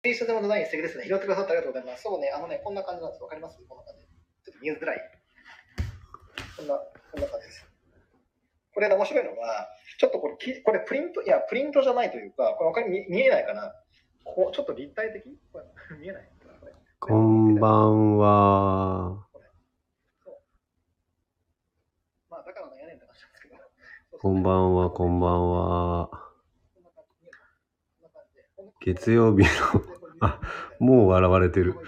T シャツのデザイン素敵ですね。拾ってくださってありがとうございます。そうね、こんな感じなんです。わかります？こんな感じ。ちょっと見づらい。こんな感じです。これで面白いのは、ちょっとこれプリント、いや、プリントじゃないというか、これ見えないかな。こうちょっと立体的見えない。 こんばんは。 まあ、だから悩んでましたけど。 こんばんは、こんばんは。月曜日の、もう笑われてる。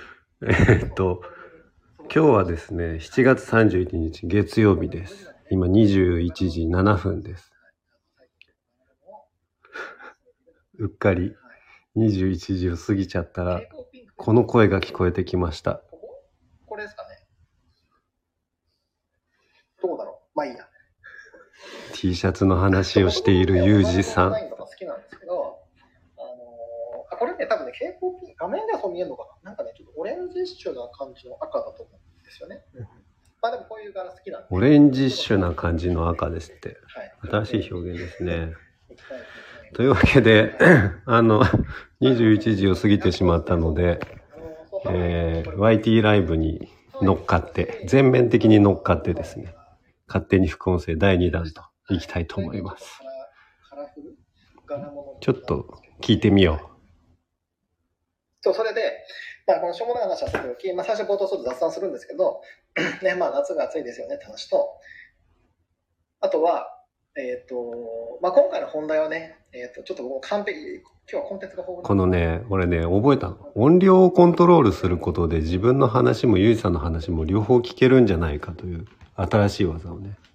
今日はですね、7月31日月曜日です。今21時7分です。うっかり21時を過ぎちゃったら、この声が聞こえてきました。 これですかね。どうだろう。まあいいや。 T シャツの話をしているユージさん。 好きなんですけど、これね、多分ね、蛍光ピンク、画面ではそう見えるのかな。なんかね、ちょっとオレンジッシュな感じの赤だと思うんですよね。まあでもこういう柄好きなんで。 オレンジッシュな感じの赤ですって。新しい表現ですね。というわけで、21時を過ぎてしまったので、YT ライブに乗っかって、全面的に乗っかってですね、勝手に副音声第2弾といきたいと思います。ちょっと聞いてみよう。 そう、それで、まあ、このしょうもない話はさておき、まあ、最初冒頭ちょっと雑談するんですけど、ね、まあ、夏が暑いですよねって話と、あとは、まあ、今回の本題はね、ちょっともう完璧、今日はコンテンツが豊富な。 このね、俺ね、覚えたの。音量をコントロールすることで自分の話もゆいさんの話も両方聞けるんじゃないかという新しい技をね。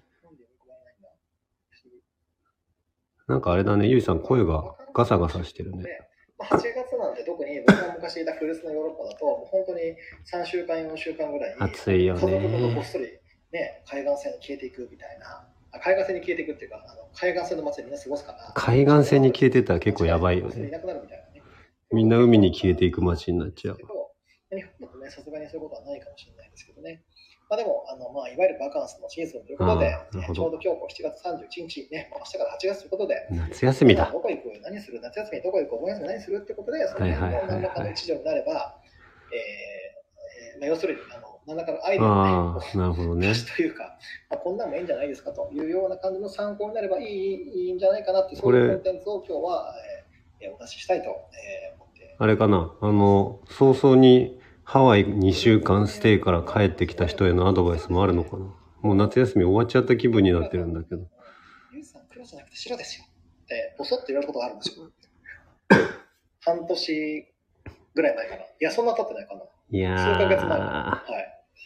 なんかあれだね、ゆいさん声がガサガサしてるね。 8月なんて特に僕が昔いた古巣のヨーロッパだと、もう本当に3週間、4週間ぐらい、 暑いよね。 家族とこっそり、ね、海岸線に消えていくみたいな。海岸線に消えていくっていうか、海岸線の街でみんな過ごすから。 海岸線に消えてたら結構やばいよね。みんな海に消えていく街になっちゃう。 日本だとね、さすがにそういうことはないかもしれないですけどね。まあでも、まあ、いわゆるバカンスのシーズンということで、ちょうど今日7月31日ね、明日から8月ということで、 夏休みだ。 どこ行く、何する、夏休みどこ行く、お盆休み何するってことで、その辺の何らかの一助になれば、まあ、要するに何らかのアイデアをね、 なるほどね。 というか、まあ、こんなんもいいんじゃないですかというような感じの参考になればいいんじゃないかなって、そういうコンテンツを今日は、お出ししたいと思って。 あれかな、早々にハワイ2週間ステイから帰ってきた人へのアドバイスもあるのかな。もう夏休み終わっちゃった気分になってるんだけど。 ユウさん、黒じゃなくて白ですよってボソッと言われたことがあるんですよ。半年ぐらい前かな。いや、そんな経ってないかな。 いやー、 数ヶ月前。はい。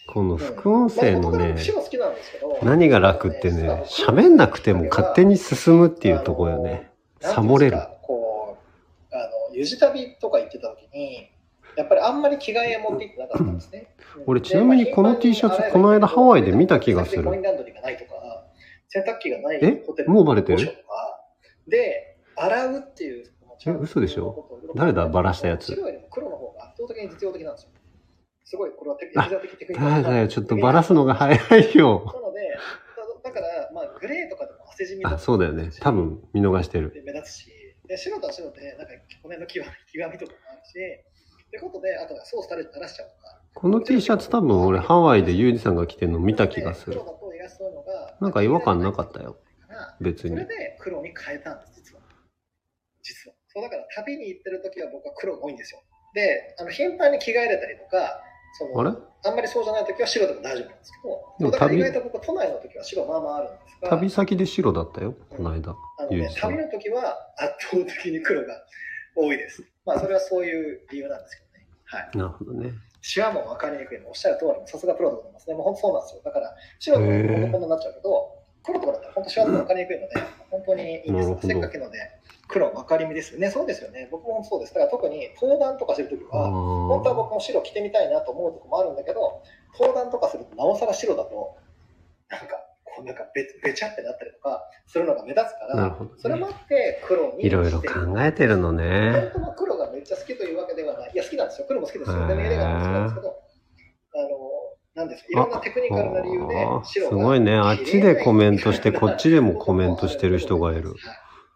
この副音声のね、 白好きなんですけど、 何が楽ってね、喋んなくても勝手に進むっていうところよね。サボれる。 こう、ゆじ旅とか行ってた時に、やっぱりあんまり着替え持って行ってなかったんですね。 俺ちなみにこの T シャツこの間ハワイで見た気がする。 コインランドリーがないとか、洗濯機がないホテルもうバレてるで、洗うっていう。 嘘でしょ？誰だバラしたやつ。 白よりも黒の方が圧倒的に実用的なんですよ。すごい、これはテクニック。 誰だよ、ちょっとバラすのが早いよ。 なので、だから、まあ、グレーとかでも汗じみとか。 そうだよね。多分見逃してる。 目立つし、で白と白で、なんか骨の極みとかもあるし、ということで、あとはソース垂らしちゃうとか。 この T シャツ多分俺ハワイでユージさんが着てるの見た気がする。なんか違和感なかったよ。別に。 それで黒に変えたんです、実は。そうだから旅に行ってる時は僕は黒が多いんですよ。で、頻繁に着替えれたりとか、あんまりそうじゃない時は白でも大丈夫なんですけど、だから意外と僕都内の時は白まあまああるんですが、 旅先で白だったよ、この間。 旅の時は圧倒的に黒が多いです。まあそれはそういう理由なんですけどね。はい。 なるほどね。 シワも分かりにくいのおっしゃる通り、さすがプロでございますね。もう本当そうなんですよ。だから白とかこんなになっちゃうけど、黒とかだったら本当シワとか分かりにくいので、本当にいいんです。せっかくので。黒分かりみですよね。そうですよね。僕もそうです。だから特に登壇とかするときは、本当は僕も白着てみたいなと思うとこもあるんだけど、登壇とかするとなおさら白だと、なんかべちゃってなったりとかするのが目立つから、それもあって黒に。 いろいろ考えてるのね。 本当は黒がめっちゃ好きというわけではない。いや、好きなんですよ。黒も好きですよ。でも映画も好きなんですけど、なんです。いろんなテクニカルな理由で白が。 すごいね。あっちでコメントして、こっちでもコメントしてる人がいる。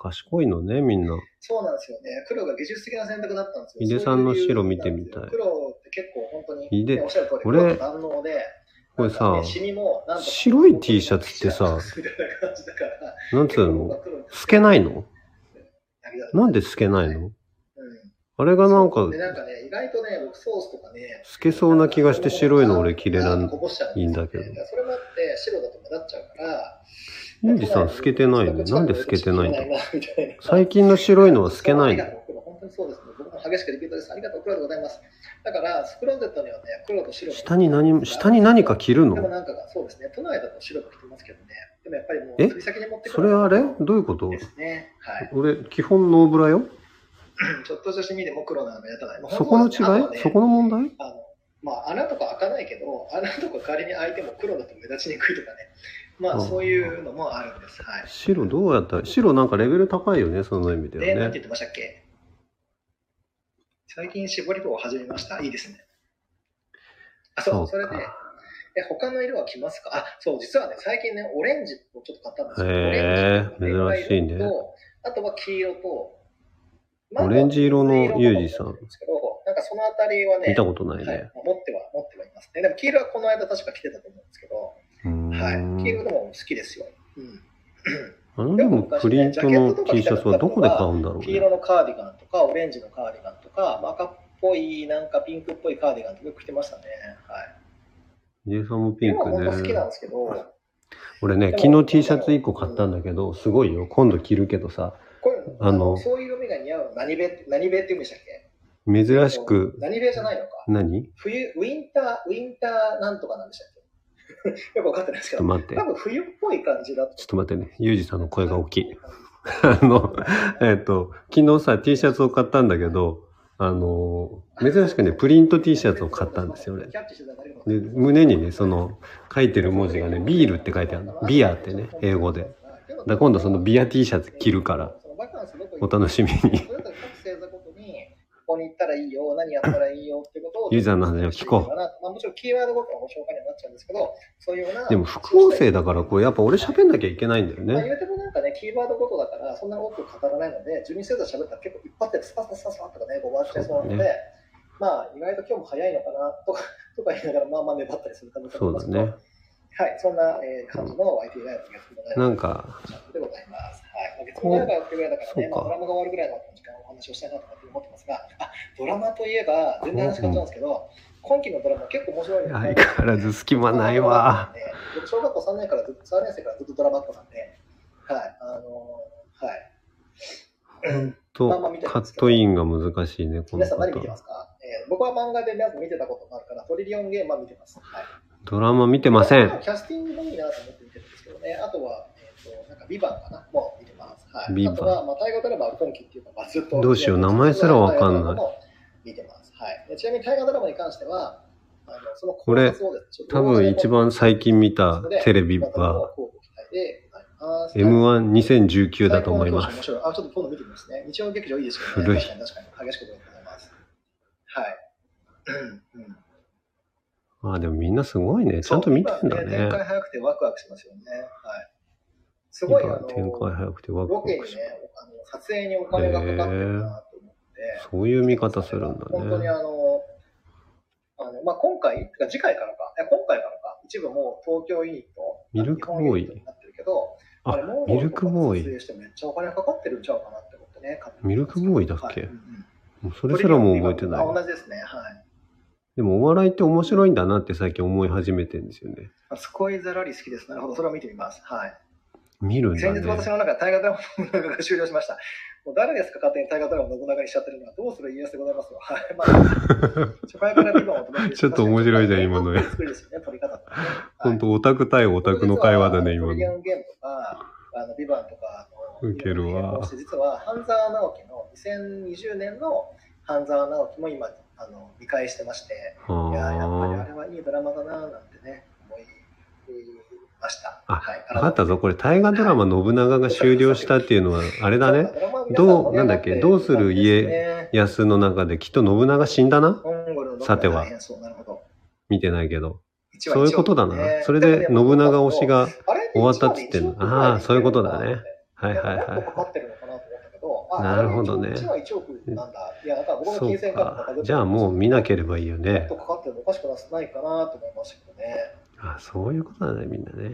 賢いのね、みんな。 そうなんですよね。黒が技術的な選択だったんですよ。 井出さんの白見てみたい。 黒って結構本当に、 ね、 おっしゃる通り、 これ、 万能で、 これさ、白い T シャツってさ、なんつうの？透けないの？なんで透けないの？あれがなんか、 意外とね、僕ソースとかね、 透けそうな気がして白いの俺着れないんだけど。 それもあって白だと目立っちゃうから、 ユージさん透けてないの？なんで透けてないんだ？最近の白いのは透けないの？ 本当にそうですね。僕も激しくリピートです。ありがとう、黒でございます。だから、クローゼットにはね、黒と白。 下に何か着るの？ でもなんかそうですね。都内だと白く着てますけどね。でもやっぱりもう、 取り先に持ってくる。それあれ？どういうこと？ ですね。はい。 俺、基本ノーブラよ。 ちょっと写真見ても黒なのやったら、 そこの違い？そこの問題？ まあ、穴とか開かないけど、穴とか仮に開いても黒だと目立ちにくいとかね。まあ、そういうのもあるんです。はい。 白どうやったら、白なんかレベル高いよね、その意味ではね。 なんて言ってましたっけ？最近絞り棒を始めました。いいですね。そう、それで、他の色は着ますか？そう、実はね、最近ね、オレンジをちょっと買ったんですよ。 珍しいね。 あとは黄色と、 オレンジ色のユージさん。 なんかそのあたりはね、 見たことないね。 はい、持ってはいますね。でも黄色はこの間確か着てたと思うんですけど、はい。黄色でも好きですよ。 でもプリントの T シャツはどこで買うんだろうね。 黄色のカーディガンとか、オレンジのカーディガンとか、赤っぽい、なんかピンクっぽいカーディガンとかよく着てましたね。はい。 家さんもピンクね。 今好きなんですけど。 俺ね、昨日 T シャツ1個買ったんだけど、すごいよ。今度着るけどさ。 そういう色味が似合う何べって言うんでしたっけ？ 珍しく。 何べじゃないのか。 何？ 冬、ウィンターなんとかなんでしたっけ？よくわかってないですけど。 ちょっと待って。 多分冬っぽい感じだった。 ちょっと待ってね。ユージさんの声が大きい。昨日さ、T シャツを買ったんだけど、珍しくね、プリント T シャツを買ったんですよね。で、胸にね、書いてる文字がね、ビールって書いてあるの。ビアってね、英語で。だ今度そのビア T シャツ着るから、お楽しみに。 ここに行ったらいいよ、何やったらいいよってことを。 ユーザーの話を聞こう。 まあもちろんキーワードごとのご紹介にはなっちゃうんですけど、そういうような。 でも副音声だからこれやっぱ俺喋んなきゃいけないんだよね。 言うてもなんかね、キーワードごとだからそんな多く語らないので、12星座喋ったら結構一発でスパスパスパスパとかね、終わっちゃいそうなので、まあ意外と今日も早いのかなとか言いながらまあまあ粘ったりする可能性もありますけど。そうだね。はい、そんな感じの YT ライブがなんか、 でございます。はい。月曜ライブがやってぐらいだからね、ドラマが終わるぐらいの時間お話をしたいなと思ってますが、ドラマといえば、全然話変わっちゃうんですけど、今期のドラマ結構面白いので、 相変わらず隙間ないわ。 僕、小学校3年生からずっとドラマっ子なんで、はい。 ほんと、カットインが難しいね、この皆さん何見てますか？僕は漫画で見てたことがあるから、トリリオンゲームは見てます。はい。 ドラマ見てません。 キャスティングもいいなと思って見てるんですけどね。あとは、なんかビバンかなもう見てます。はい。あとは、大河ドラマは今期っていうか、ずっと。 どうしよう、名前すらわかんない。 見てます。はい。ちなみに大河ドラマに関しては、 これ、多分一番最近見たテレビは、M12019 だと思います。 ちょっと今度見てみますね。日曜劇場いいですよね。 古い。 確かに激しくございます。はい。 でもみんなすごいね。ちゃんと見てんだね。 展開早くてワクワクしますよね。はい。すごい展開早くてワクワクします。 撮影にお金がかかってるなと思って。 そういう見方するんだね。 本当に今回、次回からか、今回からか、一部もう東京ユニット、 ミルクボーイになってるけど、 ミルクボーイ。 撮影してめっちゃお金かかってるんちゃうかなって思ってね。 ミルクボーイだっけ？それすらも覚えてない。 同じですね。はい。 でもお笑いって面白いんだなって最近思い始めてるんですよね。 スコイザラリー好きです。なるほど、それを見てみます。はい。 見るんだね。 先日私の中で大河ドラマの信長が終了しました。もう誰ですか勝手に大河ドラマの信長にしちゃってるのはどうする家康でございますよ。はい。初回からビバンを止めてちょっと面白いじゃん、今のね。本当オタク対オタクの会話だね、今の。 ゲームとか、ビバンとか、 ウケるわ。 実は半沢直樹の2020年の半沢直樹も今見返してまして、やっぱりあれはいいドラマだななんてね思いました。 分かったぞ。これ大河ドラマ信長が終了したっていうのはあれだね。なんだっけ、どうする家康の中できっと信長死んだな。さては見てないけど、そういうことだな。それで信長推しが終わったっつってんの。そういうことだね。はいはいはい。 なるほどね。 1話1億なんだ。いや、なんか僕の金銭感覚じゃあもう見なければいいよね。 もっとかかってるのおかしくないかなと思いましたけどね。 そういうことだね、みんなね。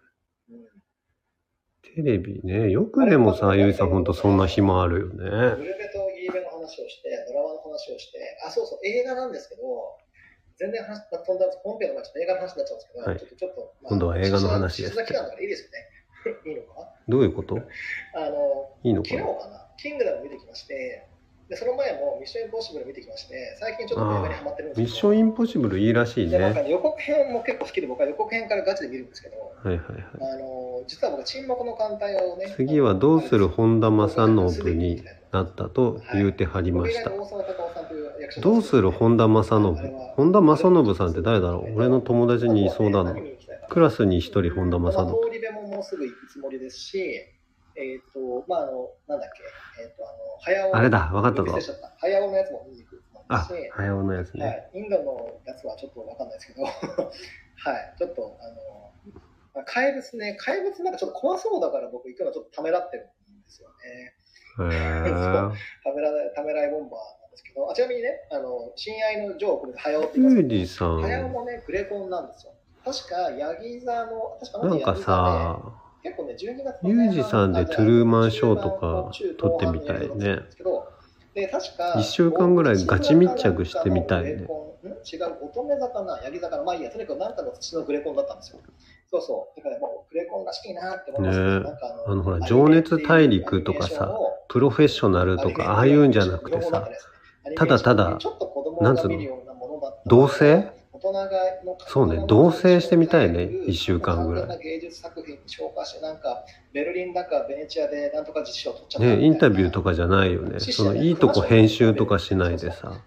テレビね、よくでもさ、ゆいさんほんとそんな暇あるよね。 グルメとイーベの話をして、ドラマの話をして、そうそう、映画なんですけど、全然話飛んだ本編の映画の話になっちゃうんですけど、はい、ちょっと、 今度は映画の話です。 静期間だからいいですよね。いいのかどういうこといいのか昨日かな、キングダム見てきまして、でその前もミッションインポッシブル見てきまして、最近ちょっと映画にハマってるんですけど、 ミッションインポッシブルいいらしいね。 でなんか、予告編も結構好きで、僕は予告編からガチで見るんですけど、実は僕、沈黙の艦隊をね、 次はどうする本田正信になったと言うてはりました。どうする本田正信。本田正信さんって誰だろう。俺の友達にいそうだな。クラスに一人本田正信。 通り部ももうすぐ行くつもりですし、なんだっけ、 あれだ、分かったぞ。 早尾のやつも見に行く。 早尾のやつね。 インドのやつはちょっと分かんないですけど、はい、ちょっと怪物ね、怪物なんかちょっと怖そうだから僕行くのちょっとためらってるんですよね。ためらいボンバーなんですけど、ちなみにね、親愛のジョー君で早尾って言いますけど、早尾もね、グレコンなんですよ。確か、ヤギ座の、 なんかさ、 結構ね、12月ユージさんでトゥルーマンショーとか撮ってみたいね。1週間ぐらいガチ密着してみたいね。 違う、乙女座かな、ヤギ座かな、まあいいや、とにかくなんかの土のグレコンだったんですよ。そうそう。だからもうグレコンらしいなって思いますね。 ほら、情熱大陸とかさ、プロフェッショナルとか、ああいうんじゃなくてさ、ただただ、なんつうの、同棲？そうね、同棲してみたいね、1週間ぐらい。 芸術作品に昇華して、なんか、ベルリンだかベネチアでなんとか実証を取っちゃったね、インタビューとかじゃないよね。そのいいとこ編集とかしないでさ。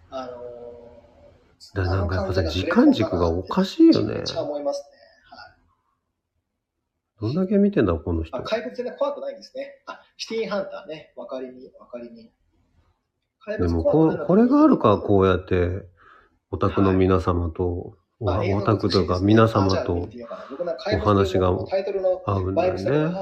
なんかやっぱさ、時間軸がおかしいよね。 めっちゃ思いますね。 どんだけ見てんだ、この人。 怪物全然怖くないんですね。シティーハンターね。わかりに。 でもこれがあるからこうやって、オタクの皆様と、オタクとか皆様とお話が合うんだよ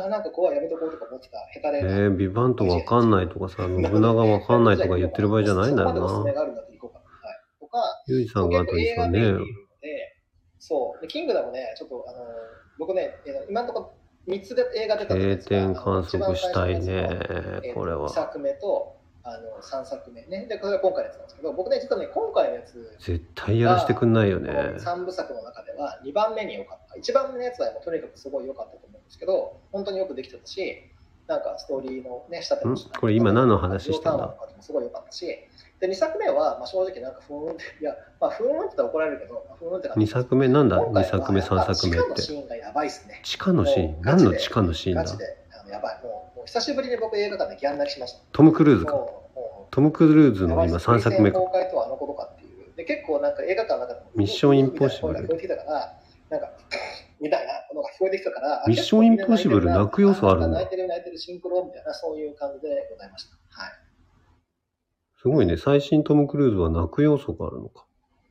ね。ビバントわかんないとかさ、信長わかんないとか言ってる場合じゃないんだよな。ユージさんがあとですよね。 そう。キングダムね、ちょっと僕ね、今のところ3つで映画出たんですが、定点観測したいね、これは。 2作目と3作目ね。で、これが今回のやつなんですけど、僕ね、実はね、今回のやつ、 絶対やらせてくんないよね。 3部作の中では2番目に良かった。1番目のやつはもうとにかくすごい良かったと思うんですけど、本当によくできてたし、なんかストーリーのね、仕立てもこれ今何の話してんだ？ すごい良かったし、で、2作目は、まあ、正直なんかふーんって、いや、まあ、ふーんって言ったら怒られるけど、ふーんって 2作目なんだ ?2 作目、3作目って。 地下のシーンがやばいっすね。 地下のシーン？何の地下のシーンだ？ ガチでやばい。もう久しぶりに僕映画館でギャン泣きしました。 トム・クルーズか。トム・クルーズの今3作目か。 公開とはことかっていう。で、結構なんか映画館の中でもミッション・インポッシブル。 なんかみたいなのが聞こえてきたから、 ミッション・インポッシブル泣く要素あるんだ。 泣いてるシンクロみたいな、そういう感じでございました。はい。 すごいね。最新トム・クルーズは泣く要素があるのか。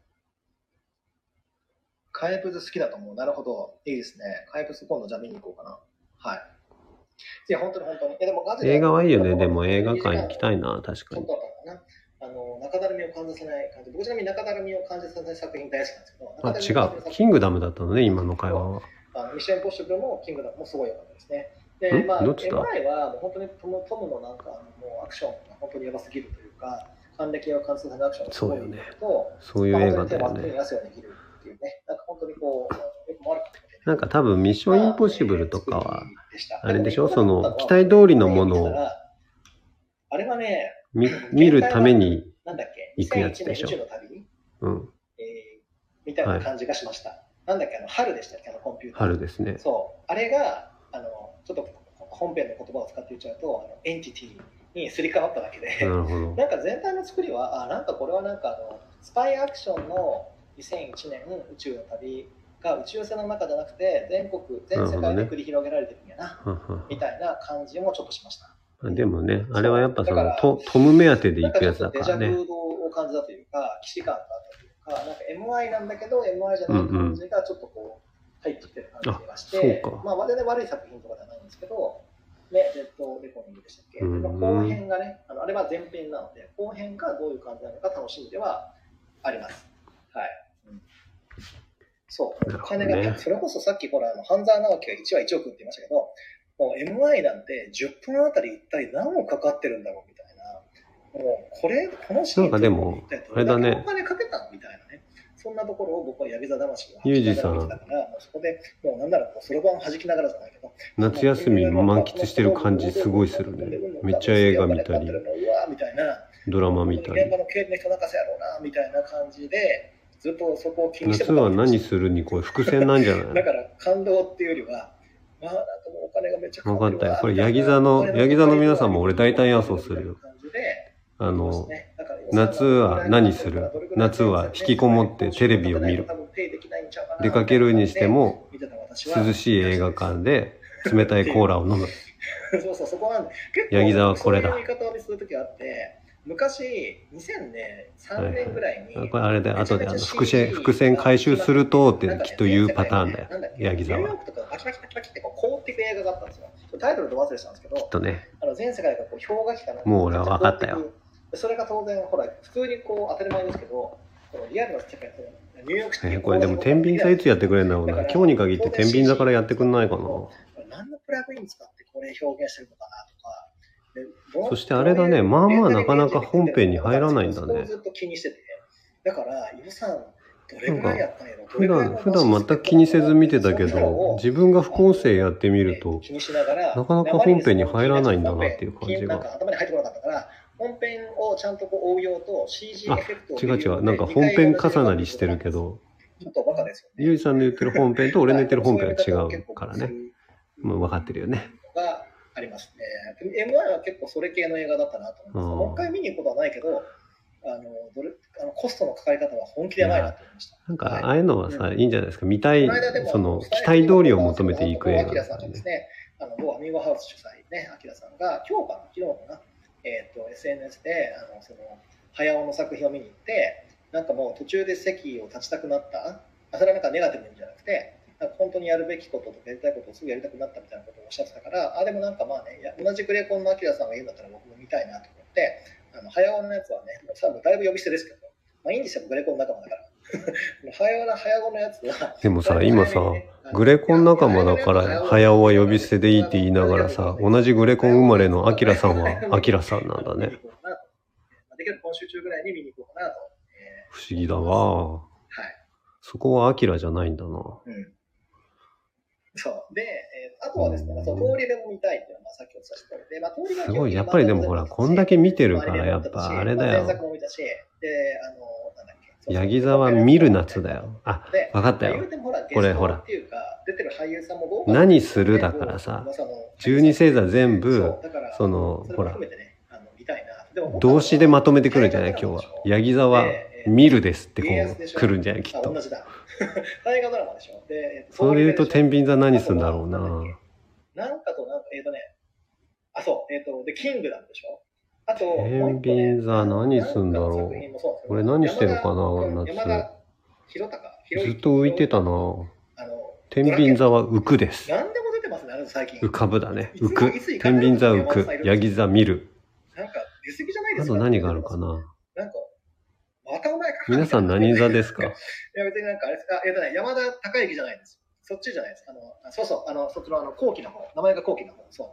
怪物好きだと思う。なるほど。いいですね。怪物今度じゃあ見に行こうかな。はい。いや、本当に。でも映画はいいよね。でも映画館行きたいな、確かに。 中だるみを感じさせない感じ。僕ちなみに中だるみを感じさせない作品大好きなんですけど。 違う。キングダムだったのね、今の会話は。 ミッションインポッシブルもキングダムもすごい良かったですね。で、まあ、MI はもう本当にトムのなんかもうアクションが本当にやばすぎるというか、還暦を感じさせないアクションがすごいと、 そういう映画だよね。 汗を握るっていうね。なんか本当にこう、よくもあるなんか多分ミッションインポッシブルとかは、あれでしょ、その期待通りのものをあれはね、 見るために行くやつでしょ。うん。 みたいな感じがしました。なんだっけ、春でしたっけ、コンピューター。 春ですね。 そう。あれが、ちょっと本編の言葉を使って言っちゃうと、エンティティにすり替わっただけで、 なるほど。 なんか全体の作りは、なんかこれはなんかスパイアクションの2001年宇宙の旅が宇宙船の中じゃなくて、全世界で繰り広げられてるんやな、みたいな感じもちょっとしました。 でもね、あれはやっぱそのトム目当てで行くやつだからね。 デジャブを感じたというか、既視感があったというか、なんか MI なんだけど MI じゃない感じがちょっとこう入ってきてる感じがして、まあ全然悪い作品とかではないんですけど、 ね、デッドレコーディングでしたっけ、後編がね、あれは前編なので、後編がどういう感じなのか楽しみではあります。はい。そう、お金が、それこそさっき半沢直樹が1話1億って言いましたけど、もう MI なんて10分あたり一体何億かかってるんだろうみたいな。もうこのシーンなんかでも、あれだね。 お金かけたみたいなね。そんなところを僕はヤギ座魂がユージさん、 そこでもうなんならそろばん弾きながらじゃないけど、 夏休み満喫してる感じすごいするね。めっちゃ映画見たり、ドラマ見たり。 現場の経理の人泣かせやろうなみたいな感じで、ずっとそこを気にして夏は何するにこれ伏線なんじゃないだから感動っていうよりは、まあなんかもうお金がめっちゃかかってるわ。 分かったよ。これヤギ座の皆さんも俺大胆予想するよ。夏は何する？夏は引きこもってテレビを見る。出かけるにしても涼しい映画館で冷たいコーラを飲む。 そうそう、そこなんで。 ヤギ座はこれだ。 そういう見方をするときあって、昔2003年ぐらいに、 これあれで後で伏線回収するとってきっと言うパターンだよ。ヤギ座は。 ニューヨークとかバキバキバキバキって凍っていく映画があったんですよ。タイトルと忘れてたんですけど、 きっとね。 全世界が氷河期かな。 もう俺は分かったよ。 それが当然ほら普通に当たり前ですけど、リアルな世界ニューヨークシティ。 これでも天秤座いつやってくれるんだろうな。今日に限って天秤座からやってくんないかな。 何のプラグイン使ってこれ表現してるのかなとか。 そしてあれだね、まあまあなかなか本編に入らないんだね。 ずっと気にしてて、だから予算どれぐなんからいやったんやろ。 普段全く気にせず見てたけど、自分が副音声やってみると、なかなか本編に入らないんだなっていう感じが。 なんか頭に入ってこなかったから、本編をちゃんと追うようと CG エフェクトを違う、なんか本編重なりしてるけど、 ちょっとバカですよね。 ゆいさんの言ってる本編と俺の言ってる本編は違うからね。もう分かってるよね。 ありますね。MI は結構それ系の映画だったなと思います。もう一回見に行くことはないけど、コストのかかり方は本気でやばいなと思いました。 なんかああいうのはさ、いいんじゃないですか。見たい、その期待通りを求めていく映画ですね。某アミーゴハウス主催ね、アキラさんが今日かな、昨日かな、SNS でその早尾の作品を見に行って、なんかもう途中で席を立ちたくなった。それはなんかネガティブな意味じゃなくて。本当にやるべきこととかやりたいことをすぐやりたくなったみたいなことをおっしゃってたから、でもなんかまあね、同じグレコンのアキラさんが言うんだったら僕も見たいなと思って、早尾のやつはね、多分だいぶ呼び捨てですけど、まあいいんですよ、グレコン仲間だから。早尾のやつは。 でもさ、今さ、グレコン仲間だから早尾は呼び捨てでいいって言いながらさ、同じグレコン生まれのアキラさんはアキラさんなんだね。 できる今週中ぐらいに見に行こうかなと。 不思議だわ。はい。そこはアキラじゃないんだな。 そうで、あとはですね、通りでも見たいっていうのはさっきお伝えした通りで、通りがすごい、やっぱりでもほら、こんだけ見てるから、やっぱあれだよ。ヤギ座は見る夏だよ。わかったよ。これほら。何するだからさ、12星座全部、ほら、動詞でまとめてくるんじゃない今日は。ヤギ座は見るですってこう来るんじゃないきっと。 大河ドラマでしょ。 それ言うと天秤座何するんだろうな。 なんかとなんかでキングダムでしょ。あと天秤座何するんだろう。俺何してるかな夏。ずっと浮いてたな。天秤座は浮くです。 何でも出てますね最近。 浮かぶだね。浮く。天秤座浮く。ヤギ座見る。 なんか出過ぎじゃないですか。 あと何があるかな。 なんかまたお前か。 皆さん何座ですか。 いや別になんかあれですか。山田孝之じゃないです。そっちじゃないです。そうそっちの後期の方。名前が後期の方。そう。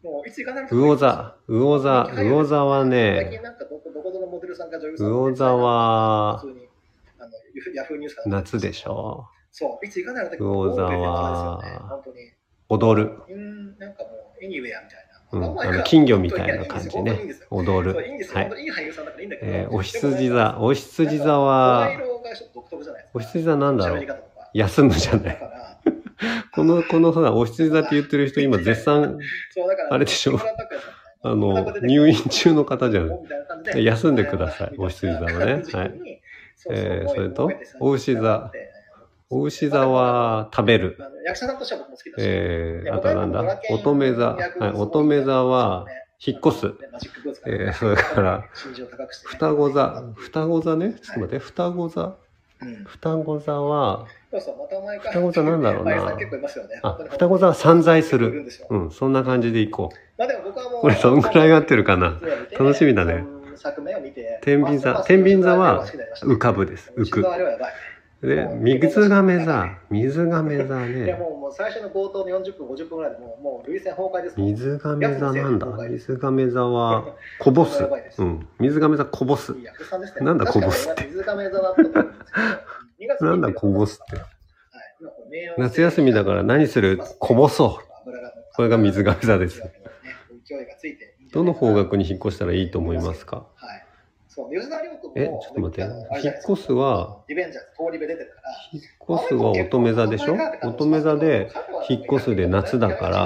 もういつ行かなると。魚座はね。 最近なんかどこぞのモデルさんか女優さん。 魚座は普通にヤフーニュースか夏でしょ。 そう。いつ行かなると。 魚座は踊る。 なんかもうエニウェアみたいな。 金魚みたいな感じね。踊る。はい。お羊座。お羊座は、お羊座なんだろう。休むじゃない。このほら、お羊座って言ってる人、今絶賛、あれでしょ。入院中の方じゃない。休んでください。お羊座はね。はい。それと、お牛座。お牛座は食べる。あとはなんだ乙女座。はい、乙女座は引っ越す。それから、双子座ね。ちょっと待って、双子座。 双子座は、 そうそう、また前から双子座なんだろうな。 結構いますよね。 あ、双子座は散在する。うん、そんな感じでいこう。 まあでも僕はもう、 これどんくらい合ってるかな。楽しみだね。天秤座は浮かぶです。浮く。で、水亀座ね。 いやもう最初の冒頭の40分、50分ぐらいでもう涙腺崩壊です。 水亀座なんだ。水亀座はこぼす。うん。水亀座こぼす。なんだこぼすって。なんだこぼすって。夏休みだから何する？こぼそう。これが水亀座です。どの方角に引っ越したらいいと思いますか？ちょっと待って。引っ越すは乙女座でしょ？乙女座で引っ越すで夏だから、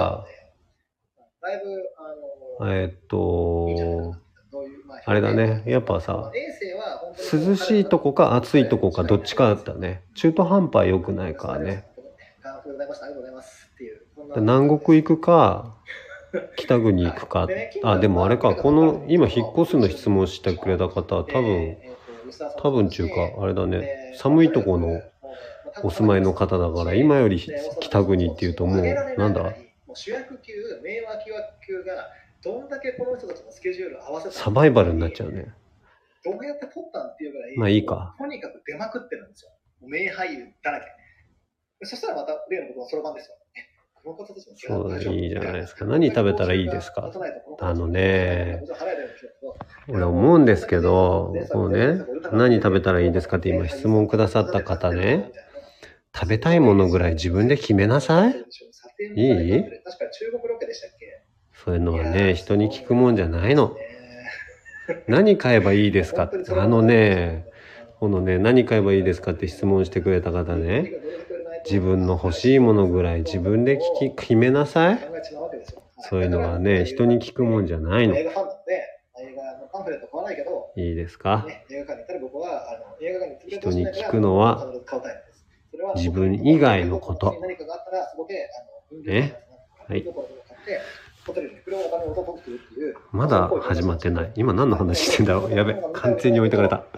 あれだね。やっぱさ、涼しいとこか暑いとこかどっちかだね。中途半端良くないからね。南国行くか、北国行くか。あ、でもあれか、今引っ越すの質問してくれた方は多分っていうか、あれだね、寒いとこのお住まいの方だから、今より北国っていうともう、なんだ？サバイバルになっちゃうね。 どうやって撮ったんっていうぐらい、 まあいいか。 とにかく出まくってるんですよ。名俳優だらけ。そしたらまた例のことのそろばんですよ。 そうだ、いいじゃないですか。何食べたらいいですか？俺思うんですけど、もうね、何食べたらいいですかって今質問くださった方ね、食べたいものぐらい自分で決めなさい。いい？そういうのはね、人に聞くもんじゃないの。何買えばいいですかって、何買えばいいですかって質問してくれた方ね、自分の欲しいものぐらい自分で決めなさい。そういうのはね、人に聞くもんじゃないの。いいですか？人に聞くのは自分以外のこと。ね。はい。まだ始まってない。今何の話してんだろう。やべ、完全に置いてかれた。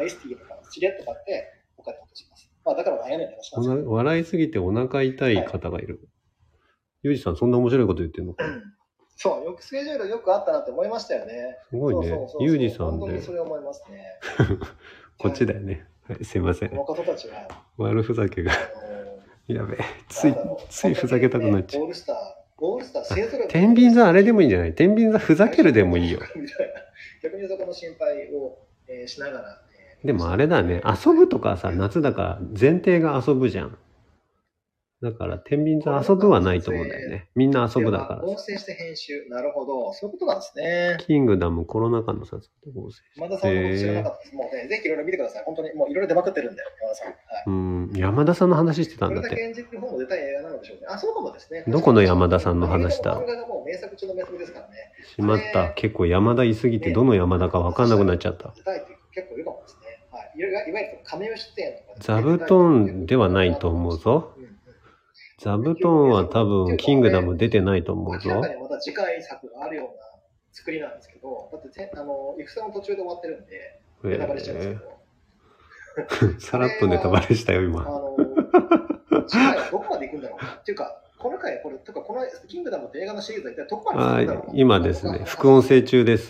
笑いすぎてお腹痛い方がいる。ユージさん、そんな面白いこと言ってんのかな？ そう、スケジュールよくあったなって思いましたよね。 すごいね。ユージさんで。 本当にそれ思いますね。 こっちだよね。はい、すいません。 この方たちは。 悪ふざけが。やべ、ついふざけたくなっちゃう。天秤座あれでもいいんじゃない？天秤座ふざけるでもいいよ。 逆にそこの心配をしながら。 でもあれだね、遊ぶとかさ、夏だから前提が遊ぶじゃん。だから天秤座遊ぶはないと思うんだよね。みんな遊ぶだから。 合成して編集。なるほど。そういうことなんですね。 キングダムコロナ禍の撮影で合成。 山田さんのこと知らなかったです。もうね、ぜひいろいろ見てください。本当にもういろいろ出まくってるんで、山田さん。 はい、山田さんの話してたんだって。 これだけ現実の方も出たい映画なのでしょうね。あ、そうかもですね。 どこの山田さんの話だ？ 漫画がもう名作中の名作ですからね。 しまった。結構山田いすぎてどの山田か分かんなくなっちゃった。 出たいって結構いるかもですね。はい。いわゆるカメオ出演とか。 座布団ではないと思うぞ。座布団は多分キングダム出てないと思うぞ。 明らかにまた次回作があるような作りなんですけど、だって戦の途中で終わってるんで、ネタバレしちゃうんですけど。 さらっとネタバレしたよ今。 次回はどこまで行くんだろうっていうか、このキングダムって映画のシリーズは一体どこまで行くんだろう。 今ですね、副音声中です。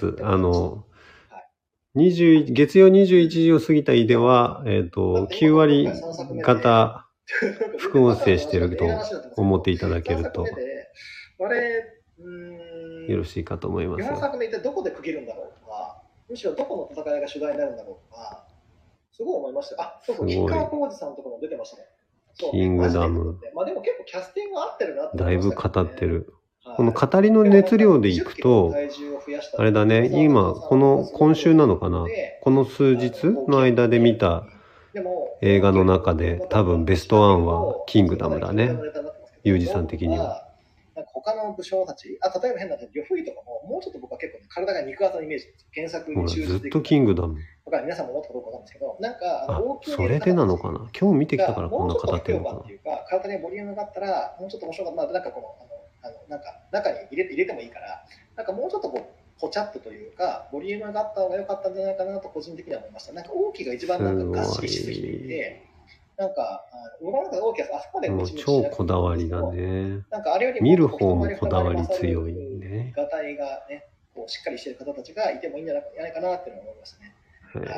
月曜21時を過ぎた日では、9割方、副音声してると思っていただけるとよろしいかと思います。 4作目一体どこで区切るんだろうとか、むしろどこの戦いが主題になるんだろうとか、すごい思いました。あ、そうそう、吉川晃司さんとかも出てましたね。 キングダム。 まあでも結構キャスティング合ってるなって、 だいぶ語ってる。この語りの熱量でいくと、あれだね、今週なのかな、この数日の間で見た映画の中で多分ベストワンはキングダムだね。ユージさん的には。 なんか他の武将たち、例えば変な呂不韋とかも、もうちょっと僕は結構、体が肉厚なイメージです。原作に忠実ずっとキングダム。 だから皆さんも思ったかどうかわかんないですけど、なんか、 それでなのかな。今日見てきたからこんな語ってるのかな。 体にボリュームがあったら、もうちょっと面白かった。なんかなんか中に入れてもいいから、なんかもうちょっとポチャッとというか、ボリュームがあった方が良かったんじゃないかなと個人的には思いました。なんか王毅が一番なんかがっしりしすぎていて、 なんか、僕の中で大きな、あそこまでもう超こだわりだね。 なんかあれよりも見る方もこだわり強いね。 がたいがね、こうしっかりしている方たちがいてもいいんじゃないかなっていうのを思いましたね。はい。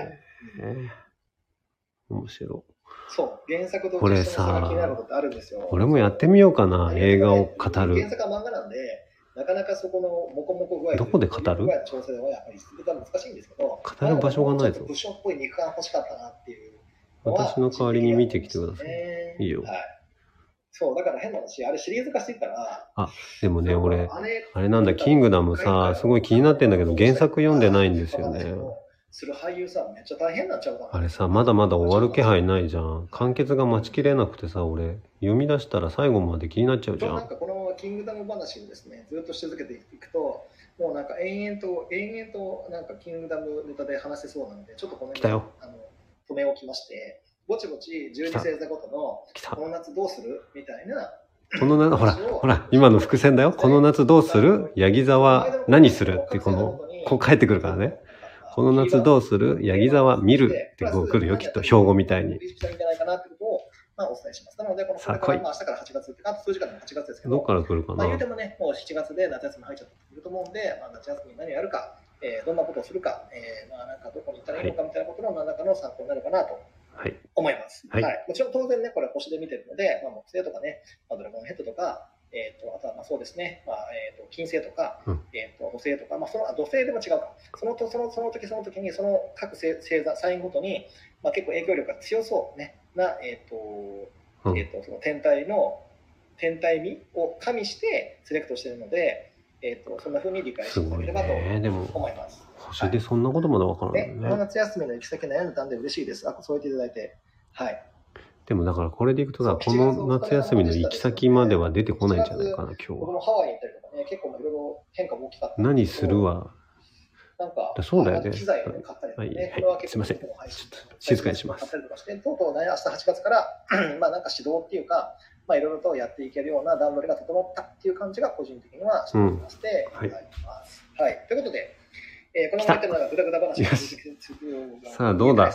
面白い。 そう、原作とこれさ、 気になることってあるんですよ。 俺もやってみようかな、映画を語る。 原作は漫画なんで、なかなかそこのモコモコ具合、 どこで語る？ 調整はやっぱり難しいんですけど、 語る場所がないぞ。 武将っぽい肉感欲しかったなっていう。 私の代わりに見てきてください。いいよ。 はい。そう、だから変な話、あれシリーズ化していったら。 あ、でもね、俺、あれなんだ、キングダムさ、すごい気になってんだけど、原作読んでないんですよね。 する俳優さんめっちゃ大変になっちゃうから。 あれさ、まだまだ終わる気配ないじゃん。完結が待ちきれなくてさ、俺、読み出したら最後まで気になっちゃうじゃん。 なんかこのままキングダム話をですね、ずっとし続けていくと、もうなんか延々となんかキングダムネタで話せそうなので、ちょっとこの辺に止め置きまして、ぼちぼち12星座ごとのこの夏どうするみたいな。 この夏、ほら、今の伏線だよ。この夏どうする？ヤギ座は何する？ってこう返ってくるからね。この夏どうする？ヤギ座は見るってこう来るよ、きっと。標語みたいに。 まあ、お伝えします。なので、この明日から8月って、あと数時間で8月ですけど、 どっから来るかな。 言うてもね、もう7月で夏休み入っちゃってくると思うんで、夏休みに何やるか、どんなことをするか、なんかどこに行ったらいいのかみたいなことの何らかの参考になるかなと思います。はい。もちろん当然ね、これは星で見てるので、木星とかね、ドラゴンヘッドとか、あとはそうですね、金星とか、土星とか、その土星でも違うか。その時に、その各星座、サインごとに、結構影響力が強そうね、な、その天体味を加味してセレクトしているので、そんな風に理解していただければと思います。 星でそんなことまでわからないね。 この夏休みの行き先悩んでたんで嬉しいです。そう言っていただいて。はい。 でもだからこれでいくとさ、この夏休みの行き先までは出てこないんじゃないかな、今日は。 僕もハワイに行ったりとかね、結構いろいろ変化も大きかった。 何するわ。 なんか、 そうだよね。 機材を買ったりとかね。 すいません。ちょっと静かにします。 とうとうね、明日8月からなんか指導っていうか、いろいろとやっていけるような段取りが整ったっていう感じが個人的にはしておりまして、はい。ということで、このまま言ってるのがグダグダ話がさあ、どうだ？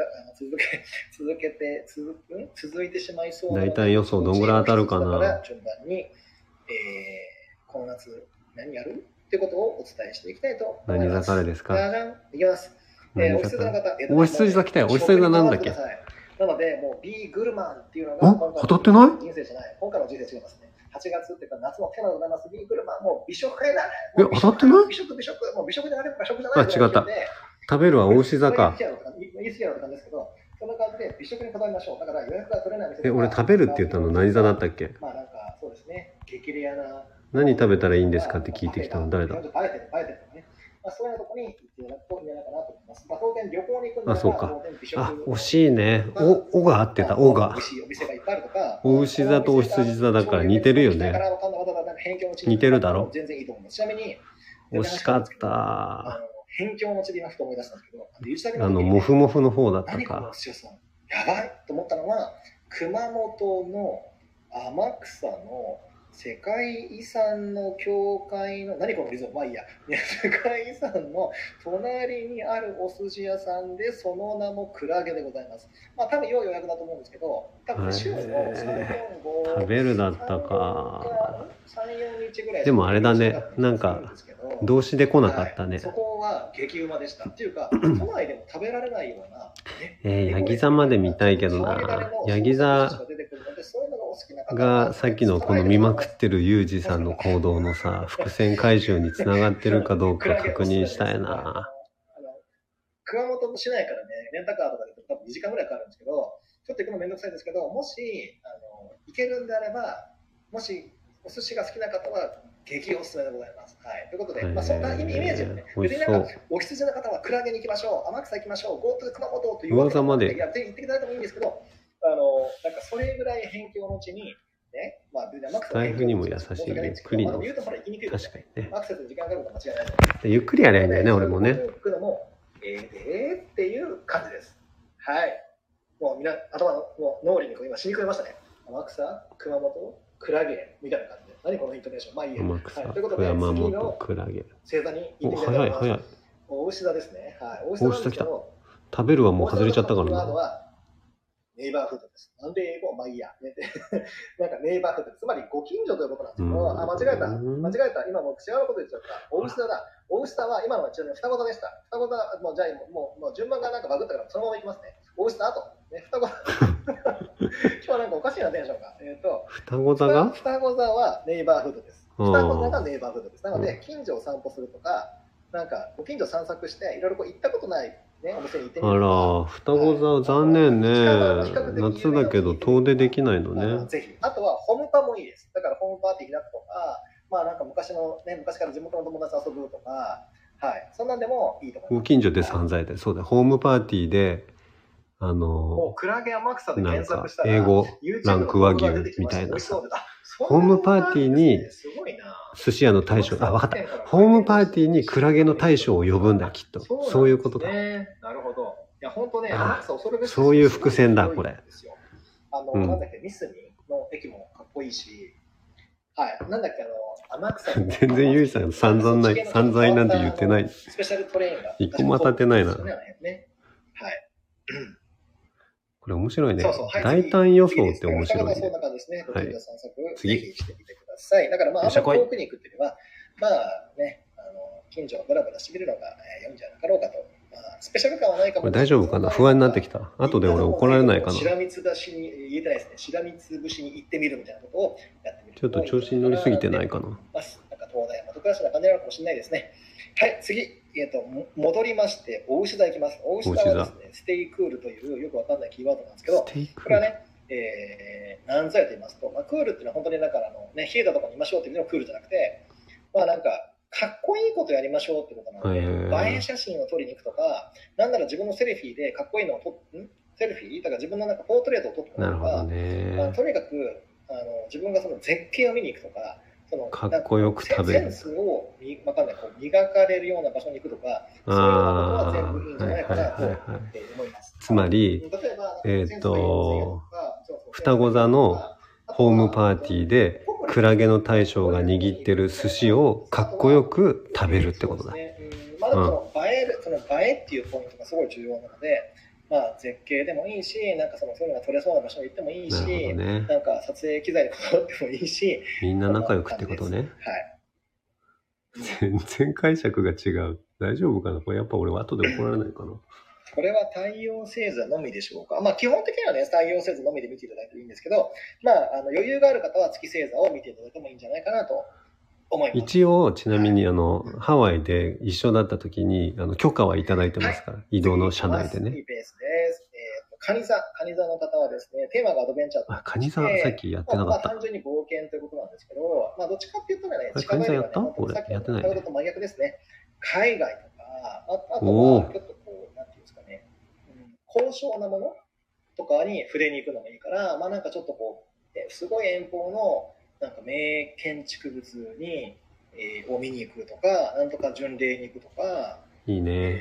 続いてしまいそうな。 大体予想どんぐらい当たるかな。 順番に、この夏何やるってことをお伝えしていきたいと思います。 何座からですか？ いきます。お羊座の方。 お羊座来たよ。お羊座なんだっけ？ なので、もう B グルマンっていうのが当たってない？ 人生じゃない。今回の人生違いますね。8月っていうか夏の手のございます。B グルマン、もう美食系だね。 当たってない？ 美食。もう美食じゃなくて食じゃない。 あ、違った。食べるはお牛座か。 言い過ぎなのかんですけど、そんな感じで美食にこだわりましょう。だから予約が取れない店。 俺食べるって言ったの何座だったっけ？ なんかそうですね。激レアな。 何食べたらいいんですかって聞いてきたの誰だ？ 映えてるね。そういうところに行っていただくといいんじゃないかなと思います。当然旅行に行くのはそうか。惜しいね。おが合ってた。おが。お牛座とお羊座だから似てるよね。似てるだろ。 全然いいと思います。ちなみに惜しかった。 辺境の地で今ふと思い出したんですけど、 モフモフの方だったか。 やばいと思ったのは熊本の天草の世界遺産の教会の何このリゾン、いいや、世界遺産の隣にあるお寿司屋さんで、その名もクラゲでございます。多分要予約だと思うんですけど、多分週の3、4、5、 食べるだったか。 3、4日ぐらい。 でもあれだね、なんか動詞で来なかったね。 そこは激うまでした。っていうか、都内でも食べられないような。 ヤギ座まで見たいけどな。ヤギ座がさっきのこの見まくってるユージさんの行動のさ、伏線回収につながってるかどうか確認したいな。 熊本市内からね、レンタカーとかで多分2時間ぐらいかかるんですけど、ちょっと行くのめんどくさいんですけど、もし行けるんであれば、もしお寿司が好きな方は激おすすめでございます。はい。ということで、そんなイメージをね、別になんかお羊の方はクラゲに行きましょう、天草行きましょう、GoTo熊本というわけで、いや、行っていただいてもいいんですけど、なんかそれぐらい辺境の地に、ね、 財布にも優しいゆっくりの。確かにね。 アクセスに時間がかかることは間違いない。 ゆっくりやればいいんだよね、俺もね。 っていう感じです。はい。もう頭の脳裏に今染み込みましたね。天草、熊本、クラゲみたいな感じで。何このイントネーション。いいや。 天草、熊本、クラゲ。 星座に行ってみたいと思います。早い。お牛座ですね。はい。 お牛座来た。食べるはもう外れちゃったからな。 ネイバーフードです。なんで英語まあいいや。ね、なんかネイバーフード、つまりご近所ということなんですけど、間違えた。今もう違うこと言っちゃった。オウスタだ。オウスタは今のはちなみに双子座でした。双子座、もうじゃあもう順番がなんかバグったからそのままいきますね。オウスタ後。ね、双子座。今日はなんかおかしいなテンションが。 双子座が双子座はネイバーフードです。双子座がネイバーフードです。なので、近所を散歩するとか、なんかご近所散策して、いろいろこう行ったことない、ね、お店に行ってみるとか。 あら、双子座残念ね。夏だけど遠出できないのね。 ぜひ。あとはホームパもいいです。だからホームパーティー開くとか、まあなんか昔から地元の友達と遊ぶとか、はい。そんなんでもいいと思います。 ご近所で散財で、そうだ、ホームパーティーで、 クラゲ天草で検索したら、 英語ランク和牛みたいなさ、ホームパーティーに寿司屋の大将、わかった。ホームパーティーにクラゲの大将を呼ぶんだ、きっと。そういうことだ。 なるほど。いや、本当ね、天草恐るべし。 そういう伏線だ、これ。 なんだっけ、ミスミの駅もかっこいいし、はい、なんだっけ、天草全然ゆいさん散々なんて言ってない。 スペシャルトレインが。 一個も当たってないな。 はい。 これ面白いね。大胆予想って面白いね。 そんな感じですね。 はい。 次。ぜひしてみてください。だからまあ、あんまり遠くに行くっていうのは、まあね、近所をブラブラしてみるのが良いんじゃなかろうかと。スペシャル感はないかも。 これ大丈夫かな？不安になってきた。後で俺怒られないかな。 しらみつぶしに言えてないですね。しらみつぶしに行ってみるみたいなことをやってみる。 ちょっと調子に乗りすぎてないかな。 なんか東大元暮らしな感じなのかもしれないですね。はい、次。戻りまして、大牛座いきます。大牛座はですね、ステイクールというよくわかんないキーワードなんですけど、これはね、何ぞやと言いますと、クールっていうのは本当にだから冷えたところにいましょうっていうのはクールじゃなくて、まあなんか、かっこいいことやりましょうってことなので、映え写真を撮りに行くとか、なんなら自分のセルフィーでかっこいいのをセルフィーだから自分のなんかポートレートを撮ってもらうとか、とにかく自分がその絶景を見に行くとか、 かっこよく食べる。 センスを磨かれるような場所に行くとか、そういうようなことは全部いいんじゃないかなと思います。 つまり、双子座のホームパーティーでクラゲの大将が握ってる寿司をかっこよく食べるってことだ。 まあでもその映えっていうポイントがすごい重要なので、まあ絶景でもいいし、なんかそういうのが撮れそうな場所に行ってもいいし、なんか撮影機材にこだわってもいいし、 みんな仲良くってことね。はい。全然解釈が違う。大丈夫かな？これやっぱ俺は後で怒られないかな。 これは太陽星座のみでしょうか。まあ基本的にはね、太陽星座のみで見ていただいていいんですけど、まあ余裕がある方は月星座を見ていただいてもいいんじゃないかなと思います。 一応、ちなみにハワイで一緒だった時に許可はいただいてますから、移動の車内でね。 いいペースです。蟹座の方はですね、テーマがアドベンチャーと。 蟹座さっきやってなかった。 単純に冒険ということなんですけど、まあどっちかっていうとね、 蟹座やった？これやってないね。 と真逆ですね。海外とか、あとはちょっとなんていうんですかね、高尚なものとかに触れに行くのがいいから、まあなんかちょっとすごい遠方のなんか名建築物に、を見に行くとか、なんとか巡礼に行くとか、 いいね。